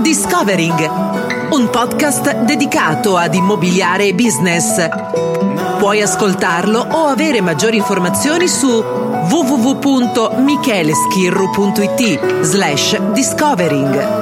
Discovering, un podcast dedicato ad immobiliare e business. Puoi ascoltarlo o avere maggiori informazioni su www.micheleschirru.it/discovering.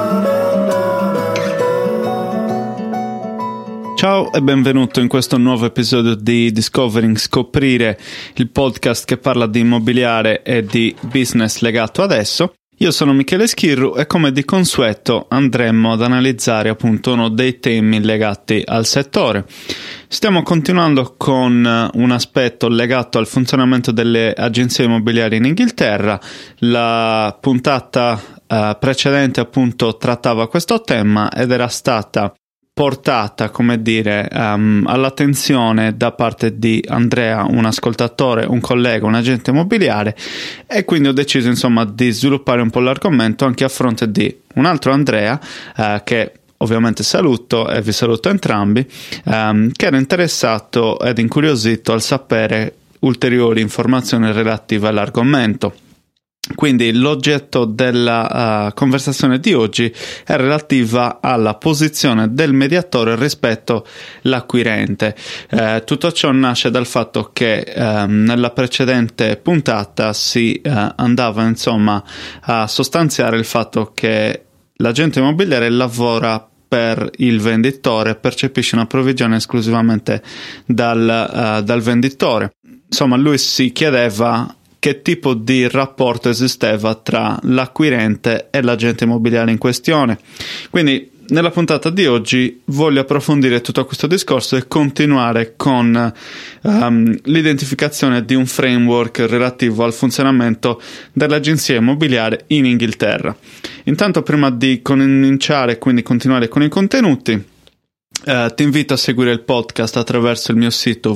Ciao e benvenuto in questo nuovo episodio di Discovering, scoprire il podcast che parla di immobiliare e di business legato ad esso. Io sono Michele Schirru e come di consueto andremo ad analizzare appunto uno dei temi legati al settore. Stiamo continuando con un aspetto legato al funzionamento delle agenzie immobiliari in Inghilterra. La puntata precedente appunto trattava questo tema ed era stata portata, come dire, all'attenzione da parte di Andrea, un ascoltatore, un collega, un agente immobiliare, e quindi ho deciso insomma di sviluppare un po' l'argomento anche a fronte di un altro Andrea che ovviamente saluto e vi saluto entrambi, che era interessato ed incuriosito al sapere ulteriori informazioni relative all'argomento. Quindi l'oggetto della conversazione di oggi è relativa alla posizione del mediatore rispetto all'acquirente. Tutto ciò nasce dal fatto che nella precedente puntata si andava insomma a sostanziare il fatto che l'agente immobiliare lavora per il venditore, percepisce una provvigione esclusivamente dal venditore. Insomma, lui si chiedeva che tipo di rapporto esisteva tra l'acquirente e l'agente immobiliare in questione. Quindi nella puntata di oggi voglio approfondire tutto questo discorso e continuare con l'identificazione di un framework relativo al funzionamento dell'agenzia immobiliare in Inghilterra. Intanto, prima di cominciare e quindi continuare con i contenuti, ti invito a seguire il podcast attraverso il mio sito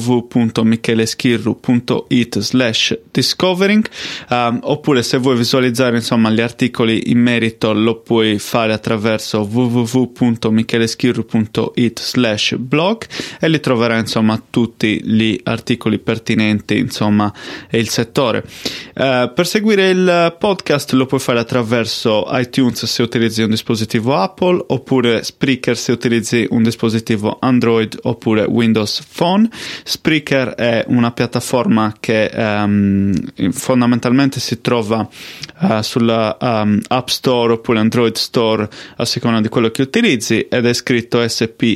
www.micheleschirru.it/discovering, oppure se vuoi visualizzare insomma gli articoli in merito lo puoi fare attraverso www.micheleschirru.it/blog e li troverai insomma tutti gli articoli pertinenti insomma e il settore. Per seguire il podcast lo puoi fare attraverso iTunes se utilizzi un dispositivo Apple, oppure Spreaker se utilizzi un dispositivo Android oppure Windows Phone. Spreaker è una piattaforma che fondamentalmente si trova sulla App Store oppure Android Store a seconda di quello che utilizzi, ed è scritto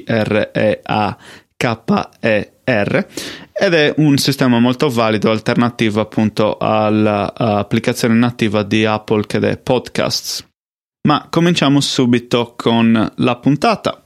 Spreaker ed è un sistema molto valido, alternativo appunto all'applicazione nativa di Apple che è Podcasts. Ma cominciamo subito con la puntata.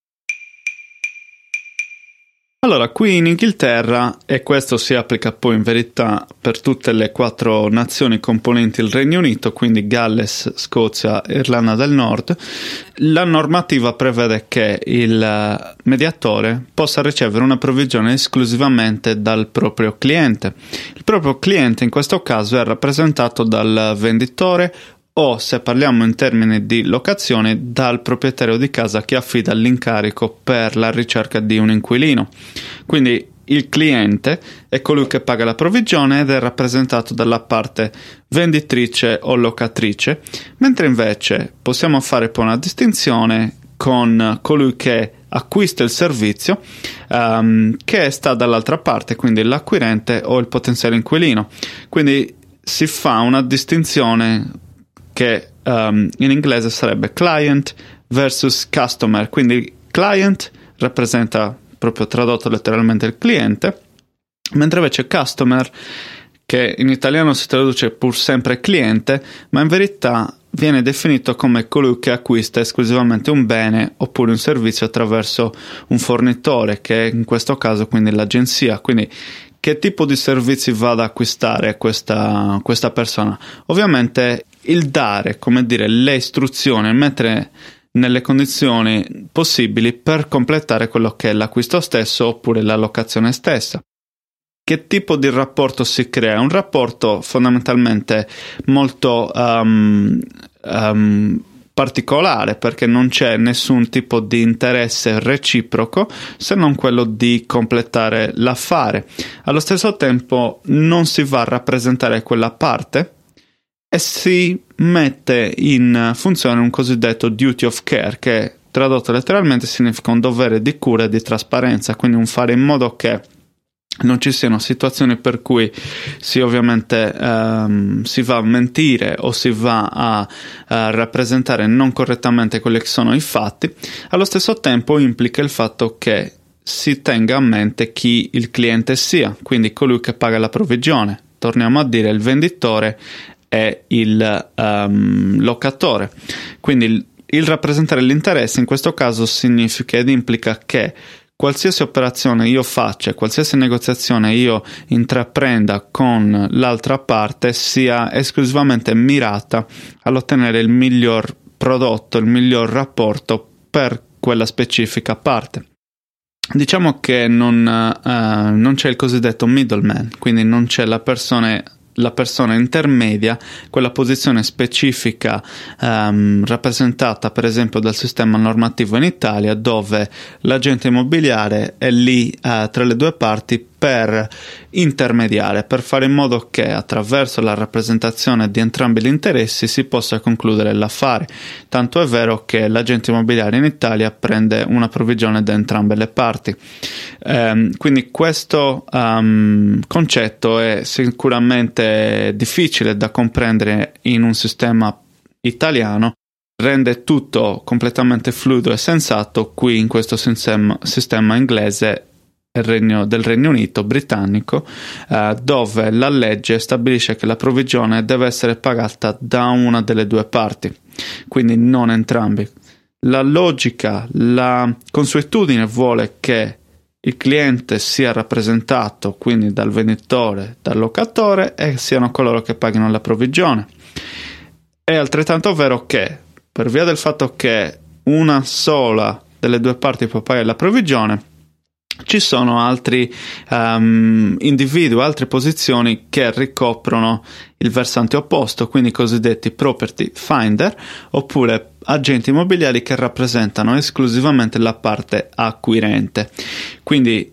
Allora, qui in Inghilterra, e questo si applica poi in verità per tutte le 4 nazioni componenti il Regno Unito, quindi Galles, Scozia, Irlanda del Nord, la normativa prevede che il mediatore possa ricevere una provvigione esclusivamente dal proprio cliente. Il proprio cliente in questo caso è rappresentato dal venditore o, se parliamo in termini di locazione, dal proprietario di casa che affida l'incarico per la ricerca di un inquilino. Quindi il cliente è colui che paga la provvigione ed è rappresentato dalla parte venditrice o locatrice, mentre invece possiamo fare poi una distinzione con colui che acquista il servizio, che sta dall'altra parte, quindi l'acquirente o il potenziale inquilino. Quindi si fa una distinzione che in inglese sarebbe client versus customer. Quindi client rappresenta, proprio tradotto letteralmente, il cliente, mentre invece customer, che in italiano si traduce pur sempre cliente, ma in verità viene definito come colui che acquista esclusivamente un bene oppure un servizio attraverso un fornitore, che è in questo caso quindi l'agenzia. Quindi che tipo di servizi va ad acquistare questa persona? Ovviamente il dare, come dire, le istruzioni, mettere nelle condizioni possibili per completare quello che è l'acquisto stesso oppure la locazione stessa. Che tipo di rapporto si crea? Un rapporto fondamentalmente molto particolare, perché non c'è nessun tipo di interesse reciproco se non quello di completare l'affare. Allo stesso tempo non si va a rappresentare quella parte e si mette in funzione un cosiddetto duty of care, che tradotto letteralmente significa un dovere di cura e di trasparenza, quindi un fare in modo che non ci siano situazioni per cui si ovviamente si va a mentire o si va a rappresentare non correttamente quelli che sono i fatti. Allo stesso tempo implica il fatto che si tenga a mente chi il cliente sia, quindi colui che paga la provvigione. Torniamo a dire il venditore e il locatore. Quindi il rappresentare l'interesse in questo caso significa ed implica che qualsiasi operazione io faccia, qualsiasi negoziazione io intraprenda con l'altra parte sia esclusivamente mirata all'ottenere il miglior prodotto, il miglior rapporto per quella specifica parte. Diciamo che non c'è il cosiddetto middleman, quindi non c'è la persona intermedia, quella posizione specifica rappresentata per esempio dal sistema normativo in Italia, dove l'agente immobiliare è lì tra le due parti per intermediare, per fare in modo che attraverso la rappresentazione di entrambi gli interessi si possa concludere l'affare. Tanto è vero che l'agente immobiliare in Italia prende una provvigione da entrambe le parti. Quindi questo concetto è sicuramente difficile da comprendere in un sistema italiano, rende tutto completamente fluido e sensato qui in questo sistema inglese del Regno Unito britannico, dove la legge stabilisce che la provvigione deve essere pagata da una delle due parti, quindi non entrambi. La logica, la consuetudine vuole che il cliente sia rappresentato quindi dal venditore, dal locatore, e siano coloro che paghino la provvigione. È altrettanto vero che, per via del fatto che una sola delle due parti può pagare la provvigione, ci sono altri individui, altre posizioni che ricoprono il versante opposto, quindi i cosiddetti property finder, oppure agenti immobiliari che rappresentano esclusivamente la parte acquirente. Quindi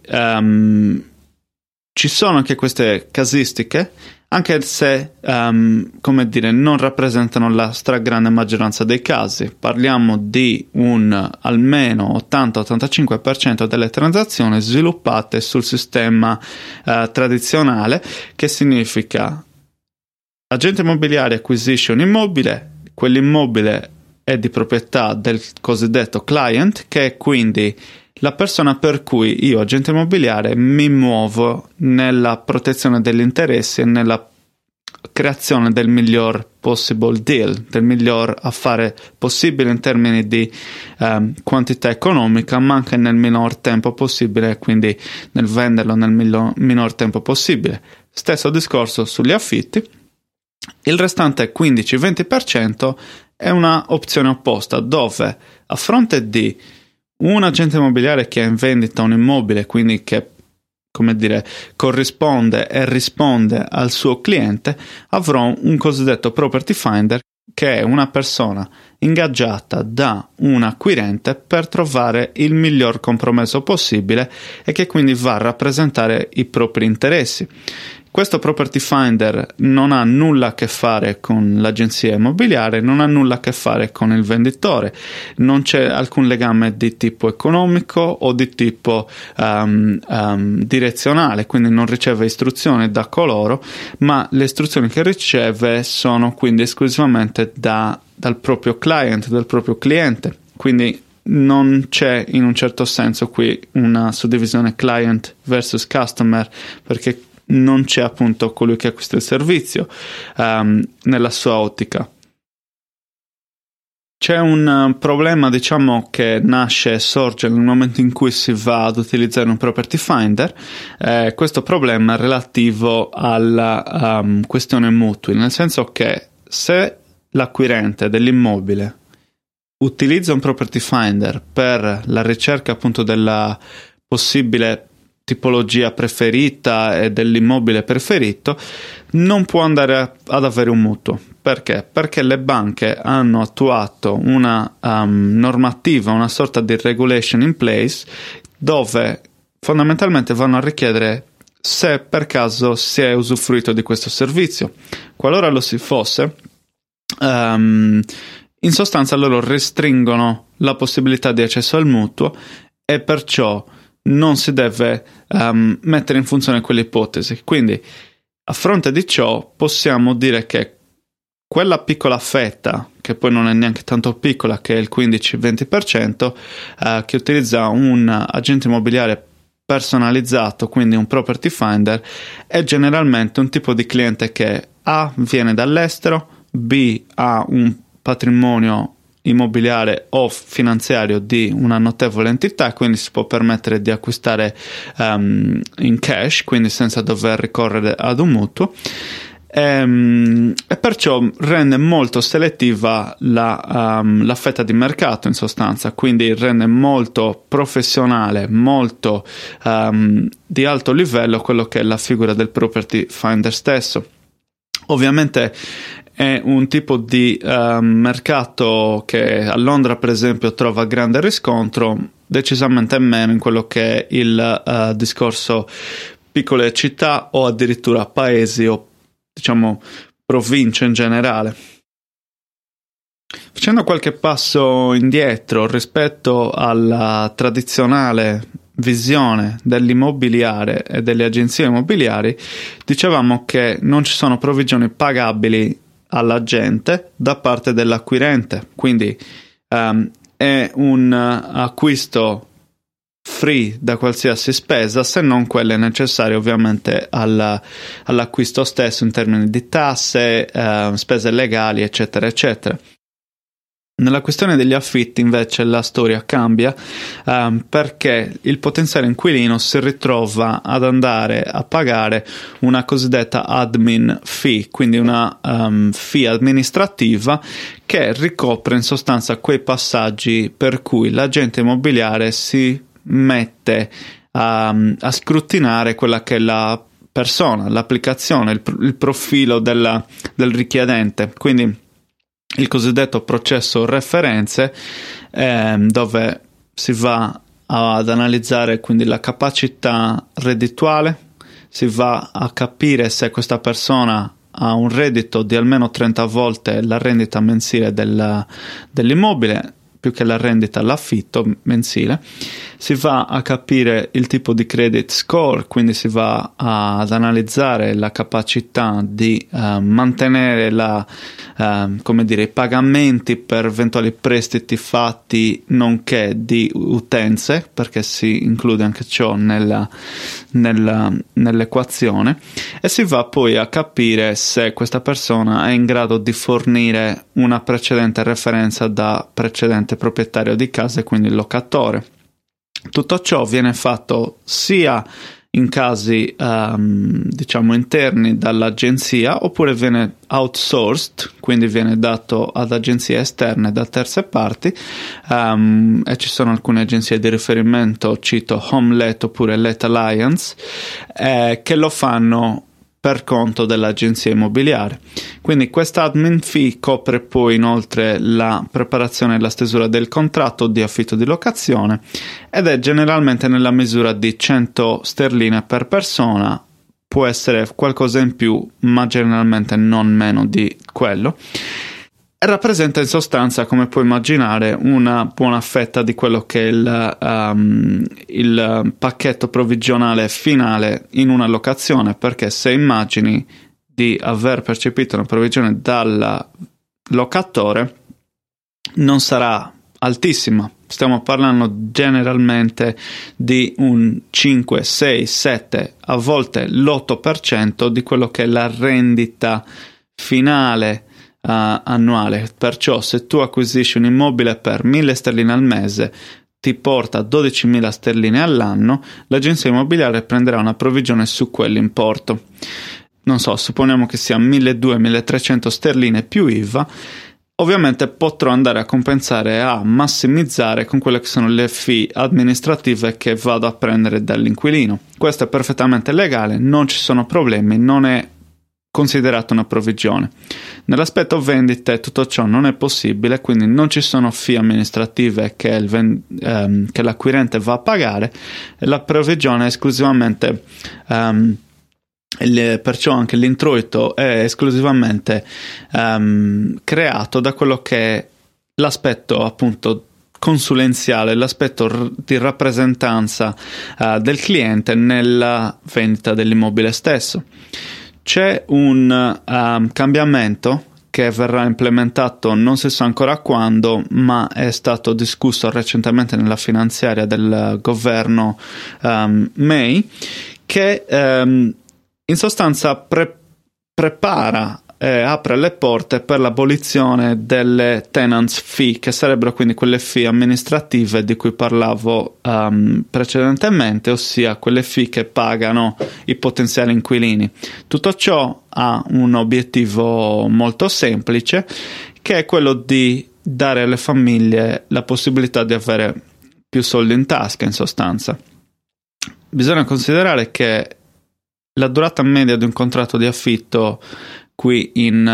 ci sono anche queste casistiche, anche se non rappresentano la stragrande maggioranza dei casi. Parliamo di un almeno 80-85% delle transazioni sviluppate sul sistema tradizionale, che significa agente immobiliare acquisisce un immobile, quell'immobile è di proprietà del cosiddetto client, che è quindi la persona per cui io, agente immobiliare, mi muovo nella protezione degli interessi e nella creazione del miglior possible deal, del miglior affare possibile in termini di quantità economica, ma anche nel minor tempo possibile, quindi nel venderlo nel minor tempo possibile. Stesso discorso sugli affitti. Il restante 15-20% è una opzione opposta, dove a fronte di un agente immobiliare che ha in vendita un immobile, quindi che corrisponde e risponde al suo cliente, avrò un cosiddetto property finder, che è una persona ingaggiata da un acquirente per trovare il miglior compromesso possibile e che quindi va a rappresentare i propri interessi. Questo property finder non ha nulla a che fare con l'agenzia immobiliare, non ha nulla a che fare con il venditore, non c'è alcun legame di tipo economico o di tipo direzionale, quindi non riceve istruzioni da coloro, ma le istruzioni che riceve sono quindi esclusivamente dal proprio client, dal proprio cliente. Quindi non c'è in un certo senso qui una suddivisione client versus customer, perché non c'è appunto colui che acquista il servizio nella sua ottica. C'è un problema, che nasce e sorge nel momento in cui si va ad utilizzare un property finder. Questo problema è relativo alla questione mutui, nel senso che se l'acquirente dell'immobile utilizza un property finder per la ricerca appunto della possibile tipologia preferita e dell'immobile preferito, non può andare ad avere un mutuo. Perché? Perché le banche hanno attuato una normativa, una sorta di regulation in place, dove fondamentalmente vanno a richiedere se per caso si è usufruito di questo servizio. Qualora lo si fosse, in sostanza loro restringono la possibilità di accesso al mutuo e perciò non si deve mettere in funzione quell'ipotesi. Quindi a fronte di ciò possiamo dire che quella piccola fetta, che poi non è neanche tanto piccola, che è il 15-20%, che utilizza un agente immobiliare personalizzato, quindi un property finder, è generalmente un tipo di cliente che A viene dall'estero, B ha un patrimonio immobiliare o finanziario di una notevole entità, quindi si può permettere di acquistare in cash, quindi senza dover ricorrere ad un mutuo, e perciò rende molto selettiva la fetta di mercato, in sostanza, quindi rende molto professionale, molto di alto livello quello che è la figura del property finder stesso. Ovviamente è un tipo di mercato che a Londra, per esempio, trova grande riscontro, decisamente meno in quello che è il discorso piccole città o addirittura paesi o, diciamo, province in generale. Facendo qualche passo indietro rispetto alla tradizionale visione dell'immobiliare e delle agenzie immobiliari, dicevamo che non ci sono provvigioni pagabili alla gente da parte dell'acquirente, quindi è un acquisto free da qualsiasi spesa, se non quelle necessarie ovviamente all'acquisto stesso in termini di tasse, spese legali, eccetera eccetera. Nella questione degli affitti invece la storia cambia, perché il potenziale inquilino si ritrova ad andare a pagare una cosiddetta admin fee, quindi una fee amministrativa che ricopre in sostanza quei passaggi per cui l'agente immobiliare si mette a scrutinare quella che è la persona, l'applicazione, il profilo del richiedente, quindi il cosiddetto processo referenze, dove si va ad analizzare quindi la capacità reddituale, si va a capire se questa persona ha un reddito di almeno 30 volte la rendita mensile dell'immobile, più che la rendita, l'affitto mensile. Si va a capire il tipo di credit score, quindi si va ad analizzare la capacità di mantenere i pagamenti per eventuali prestiti fatti, nonché di utenze, perché si include anche ciò nell'equazione, e si va poi a capire se questa persona è in grado di fornire una precedente referenza da precedente proprietario di casa e quindi il locatore. Tutto ciò viene fatto sia in casi interni dall'agenzia, oppure viene outsourced, quindi viene dato ad agenzie esterne da terze parti, e ci sono alcune agenzie di riferimento, cito HomeLet oppure Let Alliance, che lo fanno per conto dell'agenzia immobiliare. Quindi questa admin fee copre poi inoltre la preparazione e la stesura del contratto di affitto di locazione, ed è generalmente nella misura di 100 sterline per persona, può essere qualcosa in più, ma generalmente non meno di quello. Rappresenta in sostanza, come puoi immaginare, una buona fetta di quello che è il pacchetto provvigionale finale in una locazione, perché se immagini di aver percepito una provvigione dal locatore non sarà altissima, stiamo parlando generalmente di un 5, 6, 7, a volte l'8% di quello che è la rendita finale annuale. Perciò se tu acquisisci un immobile per 1.000 sterline al mese, ti porta 12.000 sterline all'anno, l'agenzia immobiliare prenderà una provvigione su quell'importo. Non so, supponiamo che sia 1.200-1.300 sterline più IVA. Ovviamente potrò andare a compensare e a massimizzare con quelle che sono le fee amministrative che vado a prendere dall'inquilino. Questo è perfettamente legale, non ci sono problemi, non è considerata una provvigione. Nell'aspetto vendite tutto ciò non è possibile, quindi non ci sono fee amministrative che l'acquirente va a pagare, e la provvigione è esclusivamente perciò anche l'introito è esclusivamente creato da quello che è l'aspetto appunto consulenziale, l'aspetto di rappresentanza del cliente nella vendita dell'immobile stesso. C'è un cambiamento che verrà implementato, non si sa ancora quando, ma è stato discusso recentemente nella finanziaria del governo May, che in sostanza prepara apre le porte per l'abolizione delle tenants fee, che sarebbero quindi quelle fee amministrative di cui parlavo precedentemente, ossia quelle fee che pagano i potenziali inquilini. Tutto ciò ha un obiettivo molto semplice, che è quello di dare alle famiglie la possibilità di avere più soldi in tasca, in sostanza. Bisogna considerare che la durata media di un contratto di affitto qui in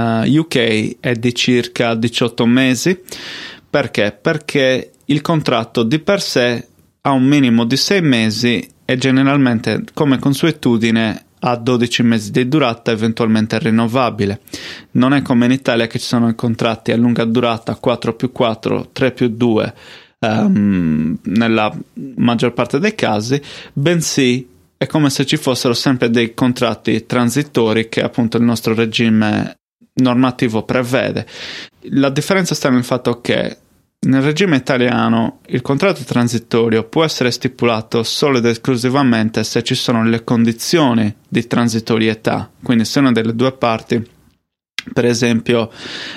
UK è di circa 18 mesi. Perché? Perché il contratto di per sé ha un minimo di 6 mesi e generalmente, come consuetudine, ha 12 mesi di durata, eventualmente rinnovabile. Non è come in Italia che ci sono i contratti a lunga durata 4+4, 3+2 nella maggior parte dei casi, bensì è come se ci fossero sempre dei contratti transitori che appunto il nostro regime normativo prevede. La differenza sta nel fatto che nel regime italiano il contratto transitorio può essere stipulato solo ed esclusivamente se ci sono le condizioni di transitorietà, quindi se una delle due parti, per esempio,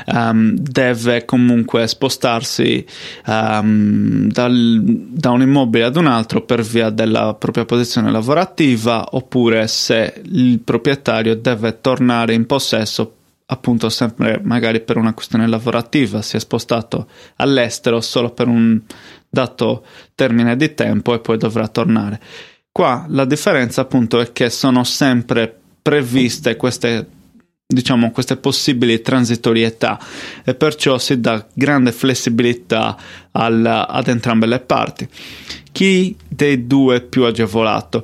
deve comunque spostarsi da un immobile ad un altro per via della propria posizione lavorativa, oppure se il proprietario deve tornare in possesso, appunto sempre magari per una questione lavorativa, si è spostato all'estero solo per un dato termine di tempo e poi dovrà tornare. Qua la differenza appunto è che sono sempre previste queste possibili transitorietà, e perciò si dà grande flessibilità ad entrambe le parti. Chi dei due è più agevolato?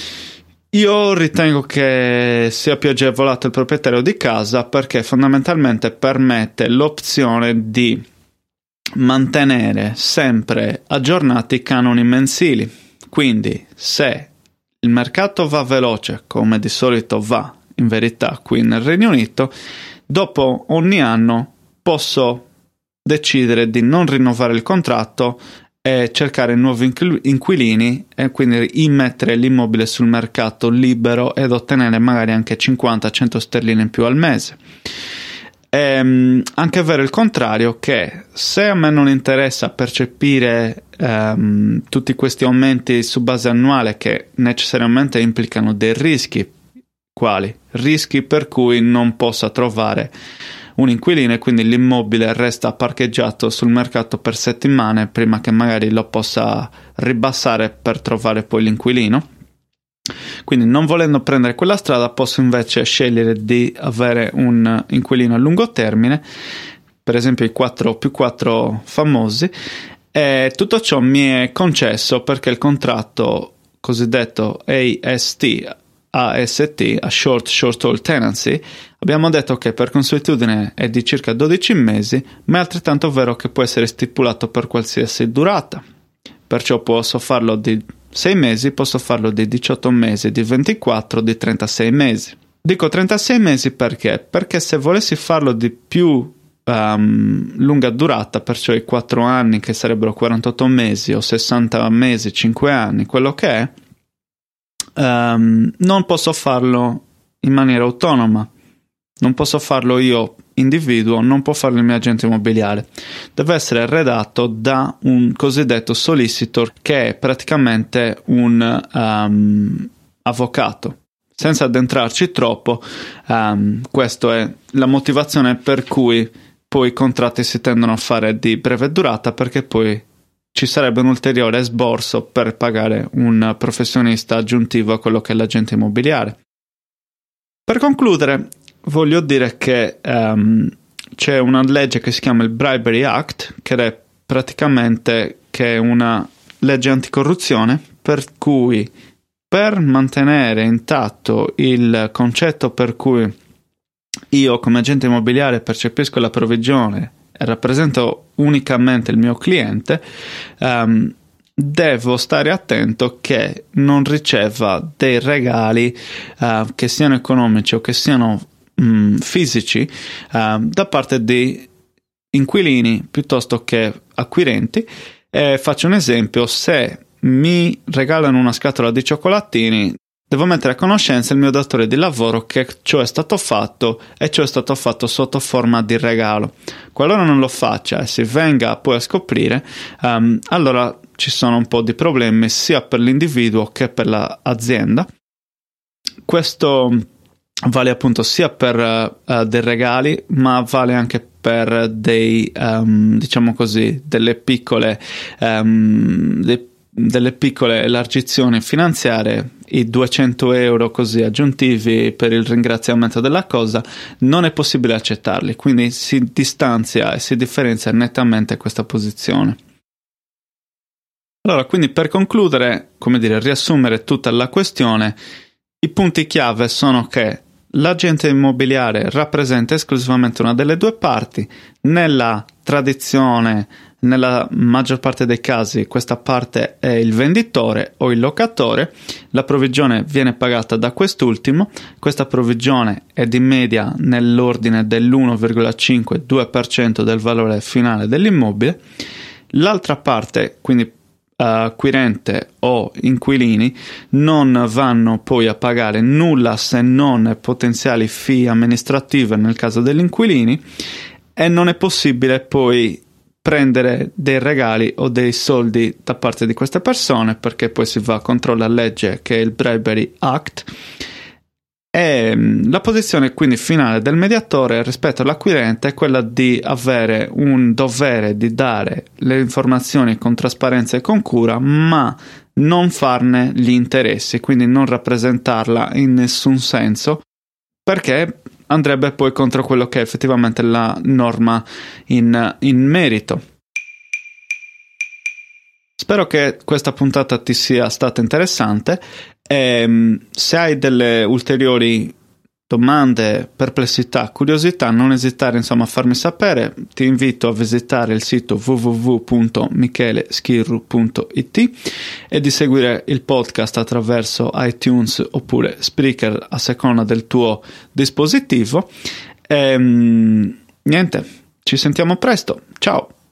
Io ritengo che sia più agevolato il proprietario di casa, perché fondamentalmente permette l'opzione di mantenere sempre aggiornati i canoni mensili. Quindi se il mercato va veloce, come di solito va in verità qui nel Regno Unito, dopo ogni anno posso decidere di non rinnovare il contratto e cercare nuovi inquilini, e quindi immettere l'immobile sul mercato libero ed ottenere magari anche 50-100 sterline in più al mese. È anche vero il contrario, che se a me non interessa percepire tutti questi aumenti su base annuale che necessariamente implicano dei rischi. Quali? Rischi per cui non possa trovare un inquilino e quindi l'immobile resta parcheggiato sul mercato per settimane prima che magari lo possa ribassare per trovare poi l'inquilino. Quindi, non volendo prendere quella strada, posso invece scegliere di avere un inquilino a lungo termine, per esempio i 4+4 famosi, e tutto ciò mi è concesso perché il contratto cosiddetto AST, a Short Hold Tenancy, abbiamo detto che per consuetudine è di circa 12 mesi, ma è altrettanto vero che può essere stipulato per qualsiasi durata. Perciò posso farlo di 6 mesi, posso farlo di 18 mesi, di 24, di 36 mesi. Dico 36 mesi perché? Perché se volessi farlo di più lunga durata, perciò i 4 anni che sarebbero 48 mesi o 60 mesi, 5 anni, quello che è, non posso farlo in maniera autonoma, non posso farlo io individuo, non può farlo il mio agente immobiliare, deve essere redatto da un cosiddetto solicitor, che è praticamente un avvocato. Senza addentrarci troppo, questa è la motivazione per cui poi i contratti si tendono a fare di breve durata, perché poi ci sarebbe un ulteriore esborso per pagare un professionista aggiuntivo a quello che è l'agente immobiliare. Per concludere, voglio dire che c'è una legge che si chiama il Bribery Act, che è praticamente una legge anticorruzione, per cui per mantenere intatto il concetto per cui io come agente immobiliare percepisco la provvigione e rappresento unicamente il mio cliente, devo stare attento che non riceva dei regali che siano economici o che siano fisici da parte di inquilini piuttosto che acquirenti. Faccio un esempio: se mi regalano una scatola di cioccolatini, devo mettere a conoscenza il mio datore di lavoro che ciò è stato fatto, e ciò è stato fatto sotto forma di regalo. Qualora non lo faccia e si venga poi a scoprire, allora ci sono un po' di problemi sia per l'individuo che per l'azienda. Questo vale appunto sia per dei regali, ma vale anche per dei diciamo così delle piccole elargizioni finanziarie. I 200 euro così aggiuntivi per il ringraziamento della cosa non è possibile accettarli, quindi si distanzia e si differenzia nettamente questa posizione. Allora, quindi per concludere, riassumere tutta la questione, i punti chiave sono che l'agente immobiliare rappresenta esclusivamente una delle due parti. Nella tradizione, nella maggior parte dei casi, questa parte è il venditore o il locatore. La provvigione viene pagata da quest'ultimo. Questa provvigione è di media nell'ordine dell'1,5-2% del valore finale dell'immobile. L'altra parte, quindi acquirente o inquilini, non vanno poi a pagare nulla se non potenziali fee amministrative nel caso degli inquilini, e non è possibile poi prendere dei regali o dei soldi da parte di queste persone, perché poi si va contro la legge che è il Bribery Act. E la posizione quindi finale del mediatore rispetto all'acquirente è quella di avere un dovere di dare le informazioni con trasparenza e con cura, ma non farne gli interessi, quindi non rappresentarla in nessun senso, perché andrebbe poi contro quello che è effettivamente la norma in merito. Spero che questa puntata ti sia stata interessante. Se hai delle ulteriori domande, perplessità, curiosità, non esitare a farmi sapere. Ti invito a visitare il sito www.micheleschirru.it e di seguire il podcast attraverso iTunes oppure Spreaker a seconda del tuo dispositivo. Niente, ci sentiamo presto, ciao!